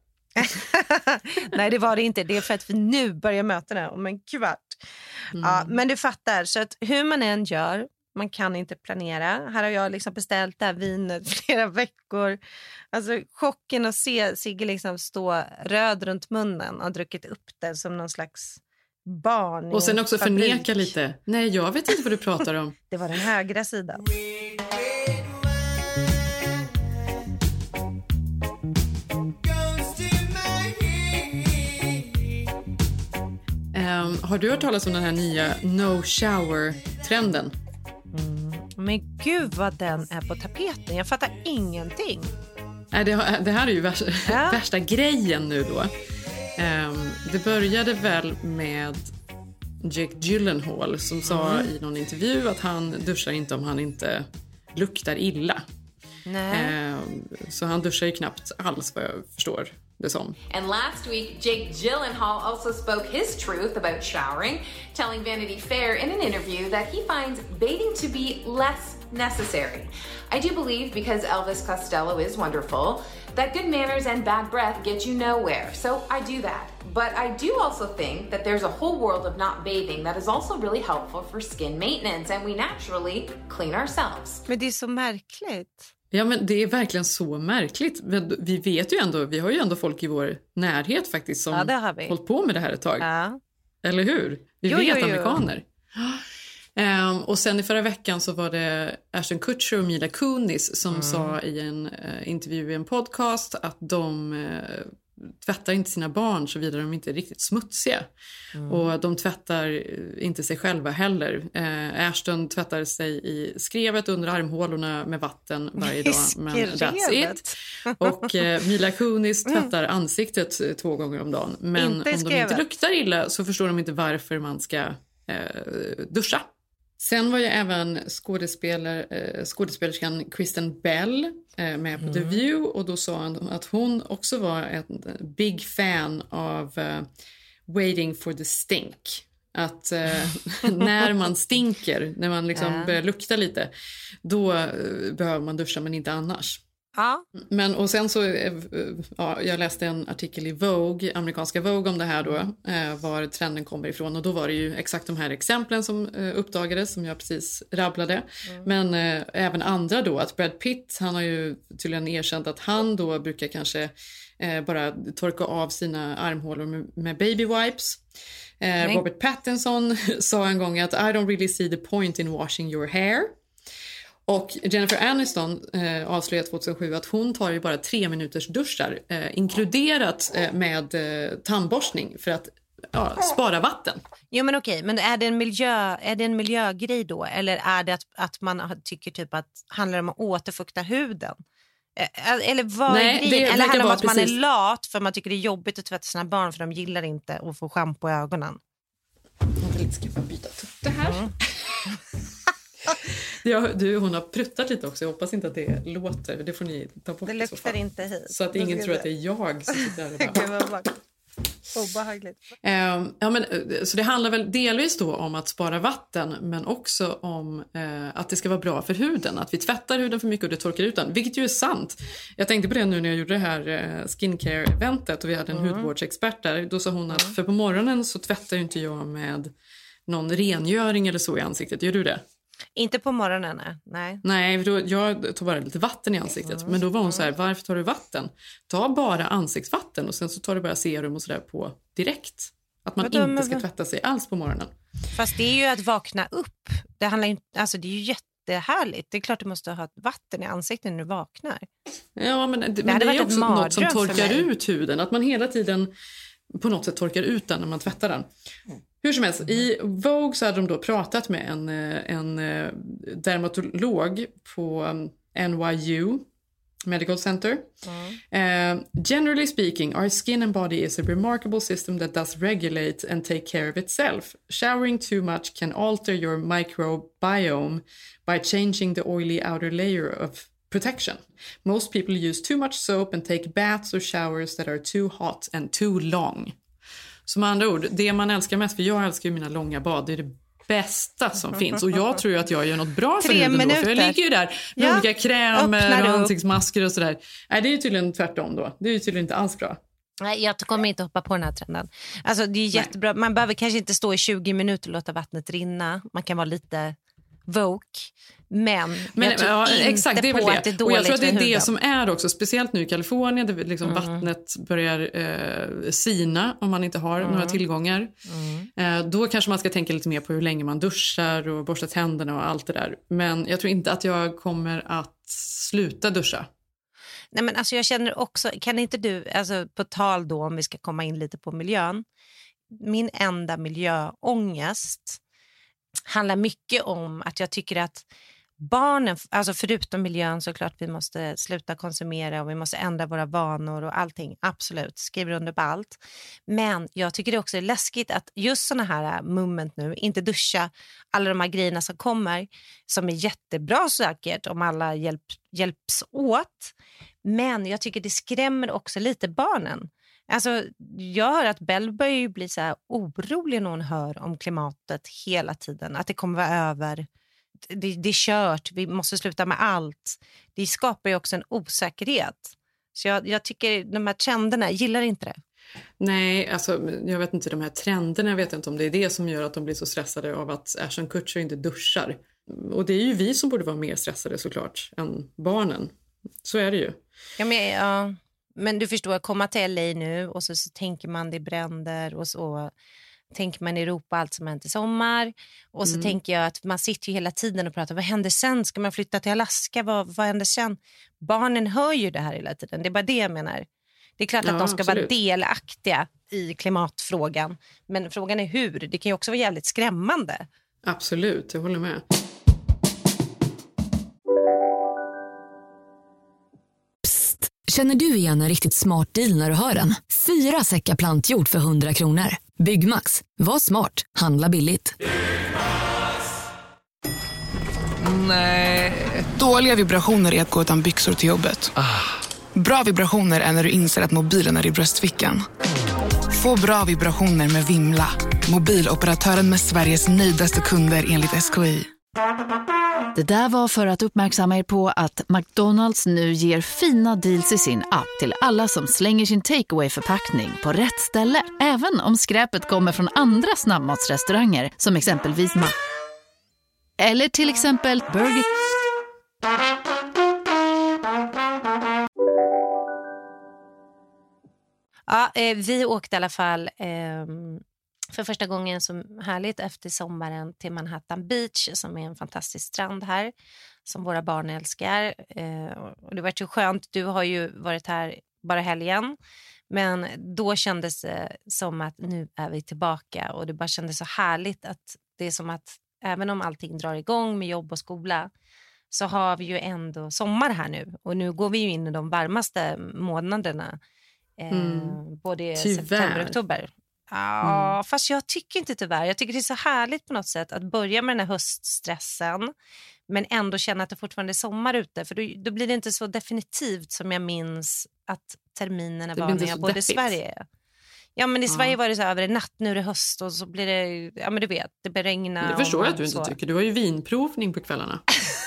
Nej, det var det inte. Det är för att vi nu börjar mötena om en kvart. Mm. Ja, men du fattar. Så att hur man än gör, man kan inte planera. Här har jag liksom beställt det här vinet flera veckor. Alltså chocken att se Sigge liksom stå röd runt munnen och druckit upp det som någon slags barn. Och sen också fabrik. Förneka lite. Nej, jag vet inte vad du pratar om. Det var den högra sidan. Um, har du hört talas om den här nya no shower-trenden? Mm. Men gud vad den är på tapeten. Jag fattar ingenting. Nej, det, det här är ju värsta, ja. värsta grejen nu då. Um, det började väl med Jake Gyllenhaal som sa mm. i någon intervju att han duschar inte om han inte luktar illa. Nej. Um, så han duschar ju knappt alls, vad jag förstår det som. And last week, Jake Gyllenhaal also spoke his truth about showering, telling Vanity Fair in an interview that he finds bathing to be less necessary. I do believe, because Elvis Costello is wonderful, that good manners and bad breath get you nowhere. So I do that. But I do also think that there's a whole world of not bathing that is also really helpful for skin maintenance, and we naturally clean ourselves. Men det är så märkligt. Ja, men det är verkligen så märkligt. Vi vet ju ändå, vi har ju ändå folk i vår närhet faktiskt som ja, har hållit på med det här ett tag. Ja. Eller hur? Vi jo, vet jo, jo. amerikaner. Um, och sen i förra veckan så var det Ashton Kutcher och Mila Kunis som mm. sa i en uh, intervju i en podcast att de uh, tvättar inte sina barn så vidare de inte är riktigt smutsiga. Mm. Och de tvättar inte sig själva heller. Uh, Ashton tvättar sig i skrevet under armhålorna med vatten varje dag. Men that's it. Och uh, Mila Kunis tvättar mm. ansiktet två gånger om dagen. Men inte om de inte luktar illa så förstår de inte varför man ska uh, duscha. Sen var ju även skådespeler, eh, skådespelerskan Kristen Bell eh, med på mm. The View och då sa han att hon också var en big fan av eh, Waiting for the Stink. Att eh, när man stinker, när man liksom ja. börjar lukta lite, då eh, behöver man duscha men inte annars. Ja. Men och sen så, ja, jag läste en artikel i Vogue, amerikanska Vogue om det här då, eh, var trenden kommer ifrån och då var det ju exakt de här exemplen som eh, uppdagades som jag precis rabblade. Mm. Men eh, även andra då, att Brad Pitt, han har ju tydligen erkänt att han då brukar kanske eh, bara torka av sina armhålor med, med baby wipes. Eh, Robert Pattinson sa en gång att I don't really see the point in washing your hair. Och Jennifer Aniston eh, avslöjade tjugohundrasju att hon tar ju bara tre minuters duschar, eh, inkluderat eh, med eh, tandborstning. För att ja, spara vatten. Jo men okej, men är det en miljö är det en miljögrej då, eller är det att, att man tycker typ att handlar om att återfukta huden? Eller vad Nej, är grejen? det Eller handlar det om att precis. man är lat för man tycker det är jobbigt att tvätta sina barn för de gillar inte att få schampo i ögonen? Jag ska bara byta det här. Mm. Ja, du, hon har pruttat lite också. Jag hoppas inte att det låter. Det får ni ta bort. Det luktar inte hit. Så att ingen tror att det är jag som sitter där och bara... Obehagligt. Um, ja, men, så det handlar väl delvis då om att spara vatten, men också om uh, att det ska vara bra för huden. Att vi tvättar huden för mycket och det torkar ut den, vilket ju är sant. Jag tänkte på det nu när jag gjorde det här uh, skincare-eventet och vi hade en mm. hudvårdsexpert där. Då sa hon att mm. för på morgonen så tvättar ju inte jag med någon rengöring eller så i ansiktet. Gör du det? Inte på morgonen, nej. Nej, då, jag tog bara lite vatten i ansiktet. Mm. Men då var hon så här, varför tar du vatten? Ta bara ansiktsvatten och sen så tar du bara serum och sådär på direkt. Att man då, inte ska men... tvätta sig alls på morgonen. Fast det är ju att vakna upp. Det handlar inte, alltså det är ju jättehärligt. Det är klart du måste ha vatten i ansiktet när du vaknar. Ja, men det, det, men det är också något som torkar ut huden. Att man hela tiden på något sätt torkar ut den när man tvättar den. Mm. Hur som helst, i Vogue så hade de då pratat med en, en dermatolog på N Y U Medical Center. Mm. Uh, generally speaking, our skin and body is a remarkable system that does regulate and take care of itself. Showering too much can alter your microbiome by changing the oily outer layer of protection. Most people use too much soap and take baths or showers that are too hot and too long. Som andra ord, det man älskar mest, för jag älskar ju mina långa bad, det är det bästa som finns. Och jag tror ju att jag gör något bra för huden då, för jag ligger ju där med ja. olika krämer och ansiktsmasker och sådär. Nej, det är ju tydligen tvärtom då. Det är ju tydligen inte alls bra. Nej, jag kommer inte hoppa på den här trenden. Alltså det är jättebra. Man behöver kanske inte stå i tjugo minuter och låta vattnet rinna. Man kan vara lite woke. Men, men jag tror ja, inte exakt, det är väl på det. att det är och jag tror att det är huden. Det som är också, speciellt nu i Kalifornien, där liksom mm. vattnet börjar eh, sina om man inte har mm. några tillgångar. Mm. Eh, då kanske man ska tänka lite mer på hur länge man duschar och borstar tänderna och allt det där. Men jag tror inte att jag kommer att sluta duscha. Nej, men alltså jag känner också, kan inte du, alltså på tal då om vi ska komma in lite på miljön, min enda miljöångest handlar mycket om att jag tycker att barnen, alltså förutom miljön såklart vi måste sluta konsumera och vi måste ändra våra vanor och allting, absolut, skriver under på allt. Men jag tycker det också är läskigt att just såna här moment nu, inte duscha, alla de här grejerna som kommer, som är jättebra säkert om alla hjälp, hjälps åt. Men jag tycker det skrämmer också lite barnen. Alltså, jag hör att Bell börjar ju bli så här orolig när hon hör om klimatet hela tiden. Att det kommer vara över. Det, det är kört. Vi måste sluta med allt. Det skapar ju också en osäkerhet. Så jag, jag tycker de här trenderna, gillar inte det. Nej, alltså jag vet inte, de här trenderna, jag vet inte om det är det som gör att de blir så stressade av att Ashton Kutcher inte duschar. Och det är ju vi som borde vara mer stressade såklart än barnen. Så är det ju. Ja, men, ja. Men du förstår, komma till L A nu och så, så tänker man det bränder och så tänker man i Europa allt som hänt i sommar. Och så mm. tänker jag att man sitter ju hela tiden och pratar, vad händer sen? Ska man flytta till Alaska? Vad, vad händer sen? Barnen hör ju det här hela tiden, det är bara det jag menar. Det är klart ja, att de ska absolut. vara delaktiga i klimatfrågan. Men frågan är hur, det kan ju också vara jävligt skrämmande. Absolut, jag håller med. Känner du igen en riktigt smart deal när du hör den? Fyra säckar plantjord för hundra kronor. Byggmax. Var smart. Handla billigt. Nej. Dåliga vibrationer är att gå utan byxor till jobbet. Ah. Bra vibrationer är när du inser att mobilen är i bröstfickan. Få bra vibrationer med Vimla. Mobiloperatören med Sveriges nöjdaste kunder enligt S K I. Det där var för att uppmärksamma er på att McDonalds nu ger fina deals i sin app till alla som slänger sin takeaway-förpackning på rätt ställe. Även om skräpet kommer från andra snabbmatsrestauranger som exempelvis Ma... Eller till exempel Burger... Ja, eh, vi åkte i alla fall... Eh... för första gången som härligt efter sommaren till Manhattan Beach som är en fantastisk strand här som våra barn älskar. Eh, och det var ju skönt, du har ju varit här bara helgen Men då kändes det som att nu är vi tillbaka. Och det bara kändes så härligt att det är som att även om allting drar igång med jobb och skola så har vi ju ändå sommar här nu. Och nu går vi ju in i de varmaste månaderna. Eh, mm. Både tyvärr. September och oktober. Ja, mm. fast jag tycker inte tyvärr. Jag tycker det är så härligt på något sätt att börja med den här höststressen. Men ändå känna att det fortfarande är sommar ute. För då, då blir det inte så definitivt som jag minns att terminerna var när jag bodde i Sverige. Ja, men i ja. Sverige var det så över en natt, nu är det höst och så blir det, ja men du vet, det börjar regna. Det förstår jag att du så. inte tycker. Du har ju vinprovning på kvällarna.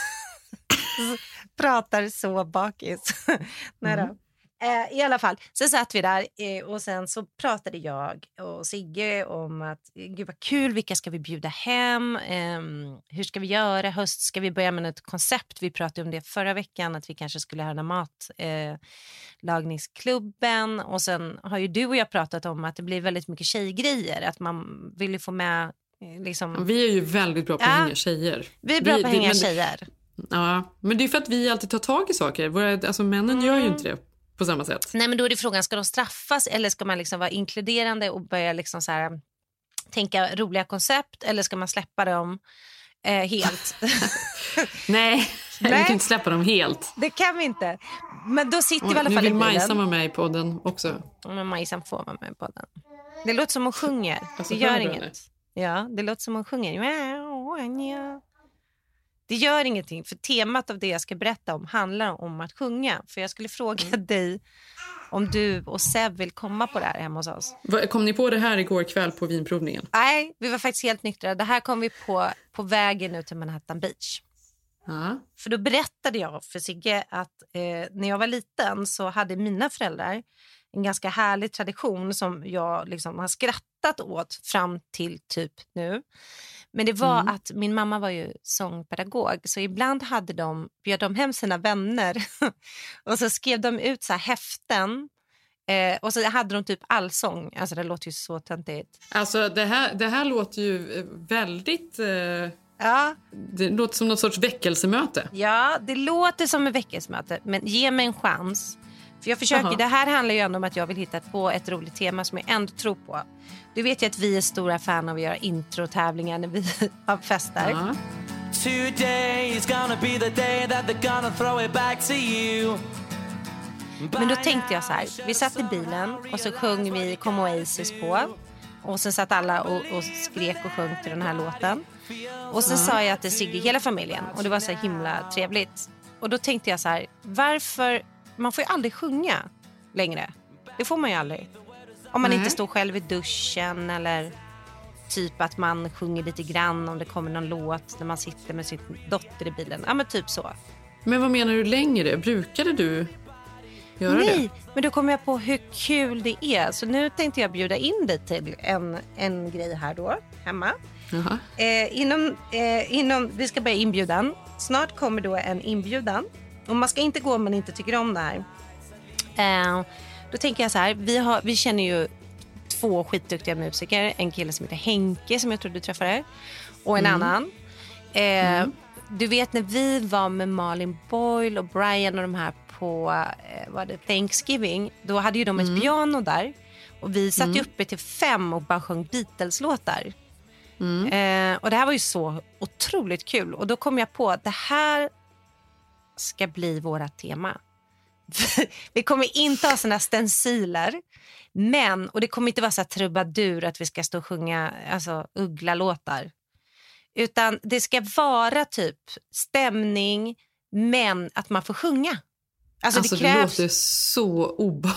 Pratar så bakis. Nej då. Mm. Eh, I alla fall, så satt vi där eh, och sen så pratade jag och Sigge om att gud vad kul, vilka ska vi bjuda hem? Eh, hur ska vi göra? Höst ska vi börja med ett koncept. Vi pratade om det förra veckan, att vi kanske skulle ha en mat eh, lagningsklubben. Och sen har ju du och jag pratat om att det blir väldigt mycket tjejgrejer. Att man vill ju få med eh, liksom... Vi är ju väldigt bra på ja, att hänga tjejer. Vi är bra vi, på att hänga men, tjejer. Ja, men det är för att vi alltid tar tag i saker. Våra, alltså männen mm. gör ju inte det på samma sätt. Nej, men då är det frågan, ska de straffas eller ska man liksom vara inkluderande och börja liksom så här, tänka roliga koncept, eller ska man släppa dem eh, helt? Nej, Nej, vi kan inte släppa dem helt. Det kan vi inte. Men då sitter vi i alla fall i bilen. Nu vill Majsan vara med i podden också. Men Majsan får vara med i podden. Det låter som hon sjunger. Alltså, det gör inget. Ja, det låter som hon sjunger. Det gör ingenting, för temat av det jag ska berätta om handlar om att sjunga. För jag skulle fråga mm. dig om du och Seb vill komma på det här hemma hos oss. Kom ni på det här igår kväll på vinprovningen? Nej, vi var faktiskt helt nyktra. Det här kom vi på på vägen ut till Manhattan Beach. Ja. För då berättade jag för Sigge att eh, när jag var liten så hade mina föräldrar en ganska härlig tradition som jag liksom har skrattat åt fram till typ nu. Men det var mm. att min mamma var ju sångpedagog, så ibland hade de, bjöd de hem sina vänner och så skrev de ut så här häften eh, och så hade de typ allsång. Alltså det låter ju så töntigt. Alltså det här, det här låter ju väldigt... Eh... Ja. Det låter som något sorts väckelsemöte. Ja, det låter som ett väckelsemöte, men ge mig en chans. För jag försöker, Aha. det här handlar ju ändå om att jag vill hitta på ett roligt tema som jag ändå tror på. Du vet ju att vi är stora fan av att göra introtävlingar när vi har festar. Ja. Today is gonna be the day that they're gonna throw it back to you. Men då tänkte jag så här, vi satt i bilen och så sjöng vi Come Oasis på. Och sen satt alla och, och skrek och sjöng till den här låten. Och sen ja. sa jag till Sigge, hela familjen, och det var så himla trevligt. Och då tänkte jag så här, varför... Man får ju aldrig sjunga längre. Det får man ju aldrig. Om man Nej. inte står själv i duschen eller typ att man sjunger lite grann om det kommer någon låt när man sitter med sin dotter i bilen. Ja, men typ så. Men vad menar du längre? Brukade du göra Nej, det? Nej, men då kom jag på hur kul det är. Så nu tänkte jag bjuda in dig till en, en grej här då, hemma. Jaha. Eh, inom, eh, inom, vi ska börja inbjudan. Snart kommer då en inbjudan. Och man ska inte gå om man inte tycker om det här. Eh, då tänker jag så här. Vi, har, vi känner ju två skitduktiga musiker. En kille som heter Henke som jag tror du träffade. Och en mm. annan. Eh, mm. Du vet när vi var med Malin Boyle och Brian och de här på eh, var det Thanksgiving. Då hade ju de ett mm. piano där. Och vi satt mm. ju uppe till fem och bara sjöng Beatles-låtar. Mm. Eh, och det här var ju så otroligt kul. Och då kom jag på att det här ska bli våra tema. Vi kommer inte ha såna stenciler, men, och det kommer inte vara så trubadur att vi ska stå och sjunga alltså uggla-låtar, utan det ska vara typ stämning, men att man får sjunga. Alltså, alltså det, krävs... det låter så obehagligt.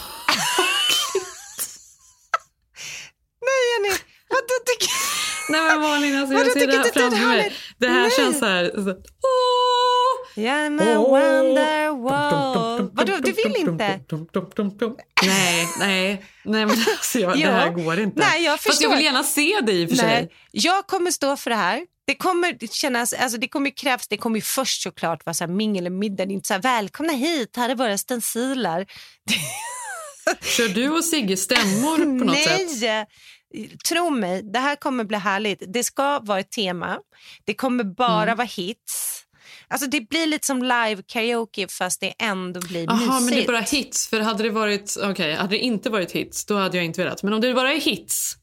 Nej, Jenny, vad du tycker... Nej, men Malin, alltså, jag ser det här framför mig. Det här Nej. känns så här... Så... Yeah, my oh. Wonderwall. Vadå, du vill inte? Nej, nej, nej, men alltså jag, ja. det här går inte. Nej, jag förstår. Fast jag vill gärna se dig i och för nej. sig. Jag kommer stå för det här. Det kommer kännas, alltså det kommer krävas, det kommer ju först såklart vara så här mingel eller middag. Inte så här, välkomna hit, här är våra stenciler. Kör du och Sigge stämmor på något nej. sätt? Nej. Tro mig, det här kommer bli härligt. Det ska vara ett tema. Det kommer bara mm. vara hits. Alltså det blir lite som live karaoke fast det ändå blir Aha, mysigt. Jaha, men det är bara hits. För hade det varit, okej, okay, hade det inte varit hits, då hade jag inte velat. Men om det bara är hits.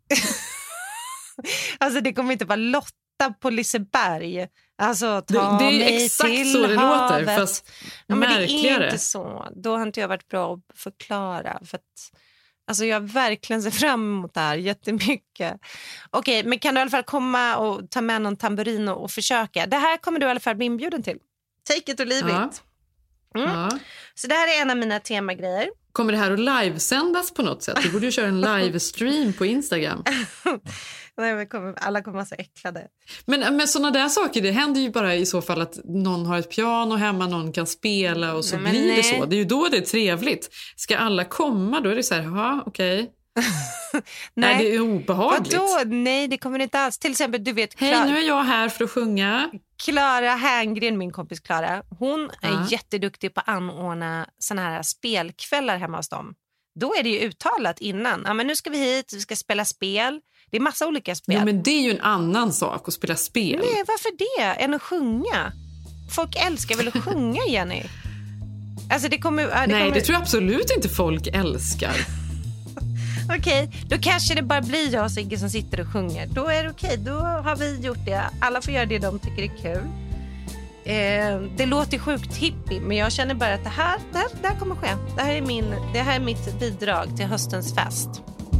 Alltså det kommer inte vara Lotta på Liseberg. Alltså ta det, det är mig exakt till så det havet. låter, fast ja, men märkligare. Det är inte så. Då har inte jag varit bra att förklara. För att, alltså jag verkligen ser fram emot det här jättemycket. Okej, men kan du i alla fall komma och ta med någon tamburin och, och försöka? Det här kommer du i alla fall bli inbjuden till. Take it or leave ja. it. Mm. Ja. Så det här är en av mina temagrejer. Kommer det här att livesändas på något sätt? Du borde ju köra en livestream på Instagram. Nej, kommer, alla kommer vara så äcklade. Men, men sådana där saker, det händer ju bara i så fall att någon har ett piano hemma, någon kan spela och så nej, blir nej. det så. Det är ju då det är trevligt. Ska alla komma, då är det så här, ja, okej. Okay. nej, nej, det är obehagligt. Vadå? Nej, det kommer inte alls. Till exempel, du vet... Hej, nu är jag här för att sjunga. Klara Herngren, min kompis Klara, hon är ja. jätteduktig på att anordna såna här spelkvällar hemma hos dem. Då är det ju uttalat innan. Ja, men nu ska vi hit, vi ska spela spel. Det är massa olika spel. Ja, men det är ju en annan sak att spela spel. Nej, varför det? Än att sjunga. Folk älskar väl att sjunga, Jenny? Alltså det kommer... Det Nej, kommer... det tror jag absolut inte folk älskar. Okej, okay, då kanske det bara blir jag och Sigge som sitter och sjunger. Då är det okej, okay, då har vi gjort det. Alla får göra det de tycker är kul. Eh, det låter sjukt hippie, men jag känner bara att det här, det här, det här kommer ske. Det här är, min, det här är mitt bidrag till höstens fest.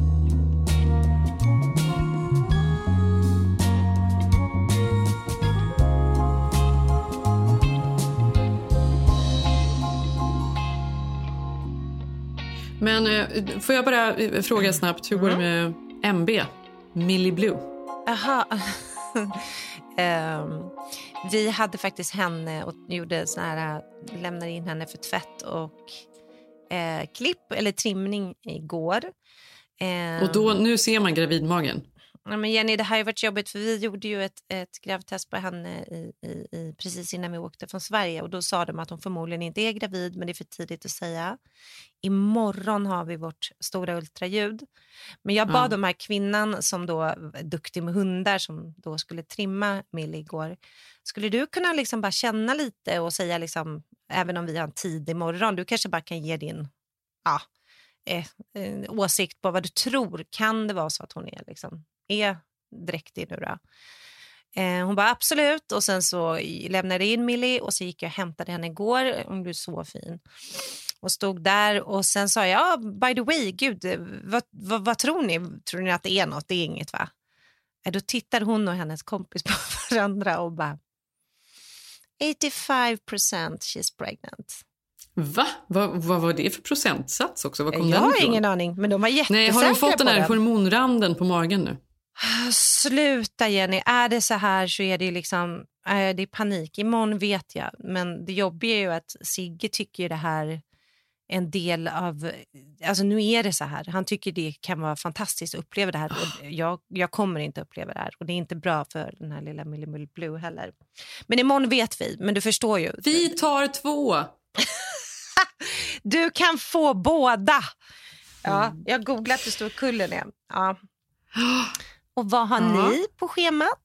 Men eh, får jag bara fråga snabbt, hur går det med M B? Millie Blue? Aha. um, vi hade faktiskt henne och gjorde sån här, lämnade in henne för tvätt och eh, klipp eller trimning igår. Um, och då, nu ser man gravidmagen. Ja, men Jenny, det här har varit jobbigt för vi gjorde ju ett, ett gravtest på henne i, i, i, precis innan vi åkte från Sverige och då sa de att hon förmodligen inte är gravid, men det är för tidigt att säga. Imorgon har vi vårt stora ultraljud. Men jag bad ja. de här kvinnan som då är duktig med hundar som då skulle trimma Millie igår. Skulle du kunna liksom bara känna lite och säga liksom, även om vi har en tid imorgon, du kanske bara kan ge din ja, eh, eh, åsikt på vad du tror. Kan det vara så att hon är liksom är dräktig nu då? Eh, hon bara absolut, och sen så lämnade jag in Millie och så gick jag och hämtade henne igår. Hon blev så fin och stod där och sen sa jag, ja, by the way, gud, vad, vad, vad tror ni? Tror ni att det är något? Det är inget, va? Eh, då tittade hon och hennes kompis på varandra och bara eighty-five percent she's pregnant. Va? Vad, vad var det för procentsats också? Vad kom jag den har ifrån? ingen aning, men de var jättesäkra. Nej, har de fått den här den. hormonranden på magen nu? Sluta, Jenny. Är det så här så är det liksom äh, det är panik. Imorgon vet jag. Men det jobbiga är ju att Sigge tycker ju det här en del av... Alltså nu är det så här. Han tycker det kan vara fantastiskt att uppleva det här. Och jag, jag kommer inte uppleva det här. Och det är inte bra för den här lilla Millie Blue heller. Men imorgon vet vi. Men du förstår ju. Vi tar två. Du kan få båda. Ja, jag googlat hur stor kullen är. Ja. Och vad har ja. ni på schemat?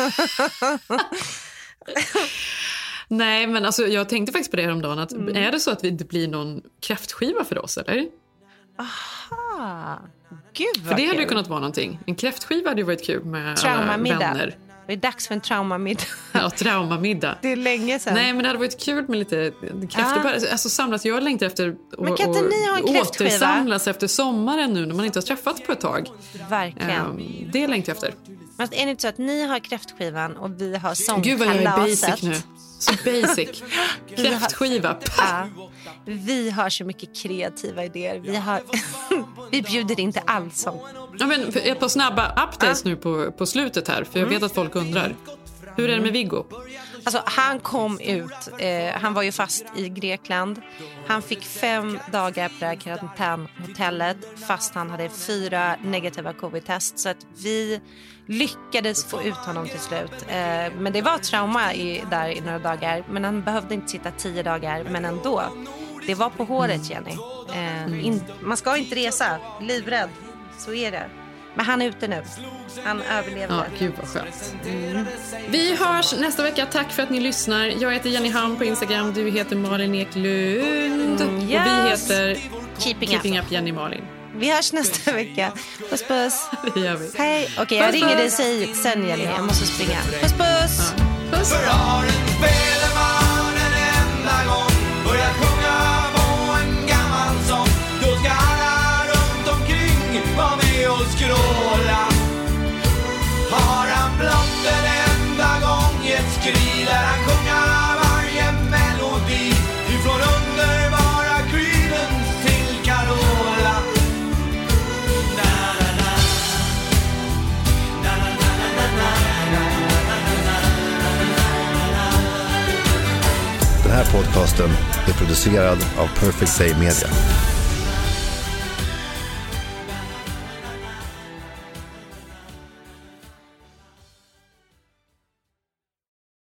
Nej, men alltså, jag tänkte faktiskt på det häromdagen. Att mm. Är det så att det inte blir någon kräftskiva för oss, eller? Aha. Gud vad För det kul. hade ju kunnat vara någonting. En kräftskiva hade ju varit kul med alla vänner. Det är dags för en traumamiddag. Ja, traumamiddag. Det är länge sedan. Nej, men det hade varit kul med lite kräftor. Ah. Alltså samlas, jag längtar efter men kan inte ni ha en kräftskiva? Återsamlas efter sommaren nu när man inte har träffats på ett tag. Verkligen. Um, det längtar jag efter. Men är det inte så att ni har kräftskivan och vi har sångkalaset? Gud vad jag är basic nu. Så basic. Kräftskiva. Ja. Vi har så mycket kreativa idéer. Vi, har vi bjuder inte alls som... Ja, men ett par snabba updates ja. nu på, på slutet här. För jag vet att folk undrar. Hur är det med Viggo? Alltså han kom ut. Eh, han var ju fast i Grekland. Han fick fem dagar på det här karantänhotellet. Fast han hade fyra negativa covid-test. Så att vi lyckades få ut honom till slut. Eh, men det var trauma i, där i några dagar. Men han behövde inte sitta tio dagar. Men ändå. Det var på håret, Jenny. Eh, in, man ska inte resa. Livrädd. Så är det. Men han är ute nu. Han överlevde. Ja, gud vad skönt. Mm. Vi hörs nästa vecka. Tack för att ni lyssnar. Jag heter Jenny Ham på Instagram. Du heter Malin Eklund. Mm, yes. Och vi heter Keeping, Keeping up. up Jenny Malin. Vi hörs nästa vecka. Puss puss. Det gör vi. Hej. Okej, okay, jag puss, ringer puss. dig sen, Jenny. Jag måste springa. Puss puss. Ja. Puss. För har en spelman en enda gång börjar sjunga på en gammal sång, då ska alla runt omkring vara med och skråla. Har han blott en enda gång ett skri där han sjunga varje melodi ifrån underbara Creedence till Carola. Den här podcasten är producerad av Perfect Day Media.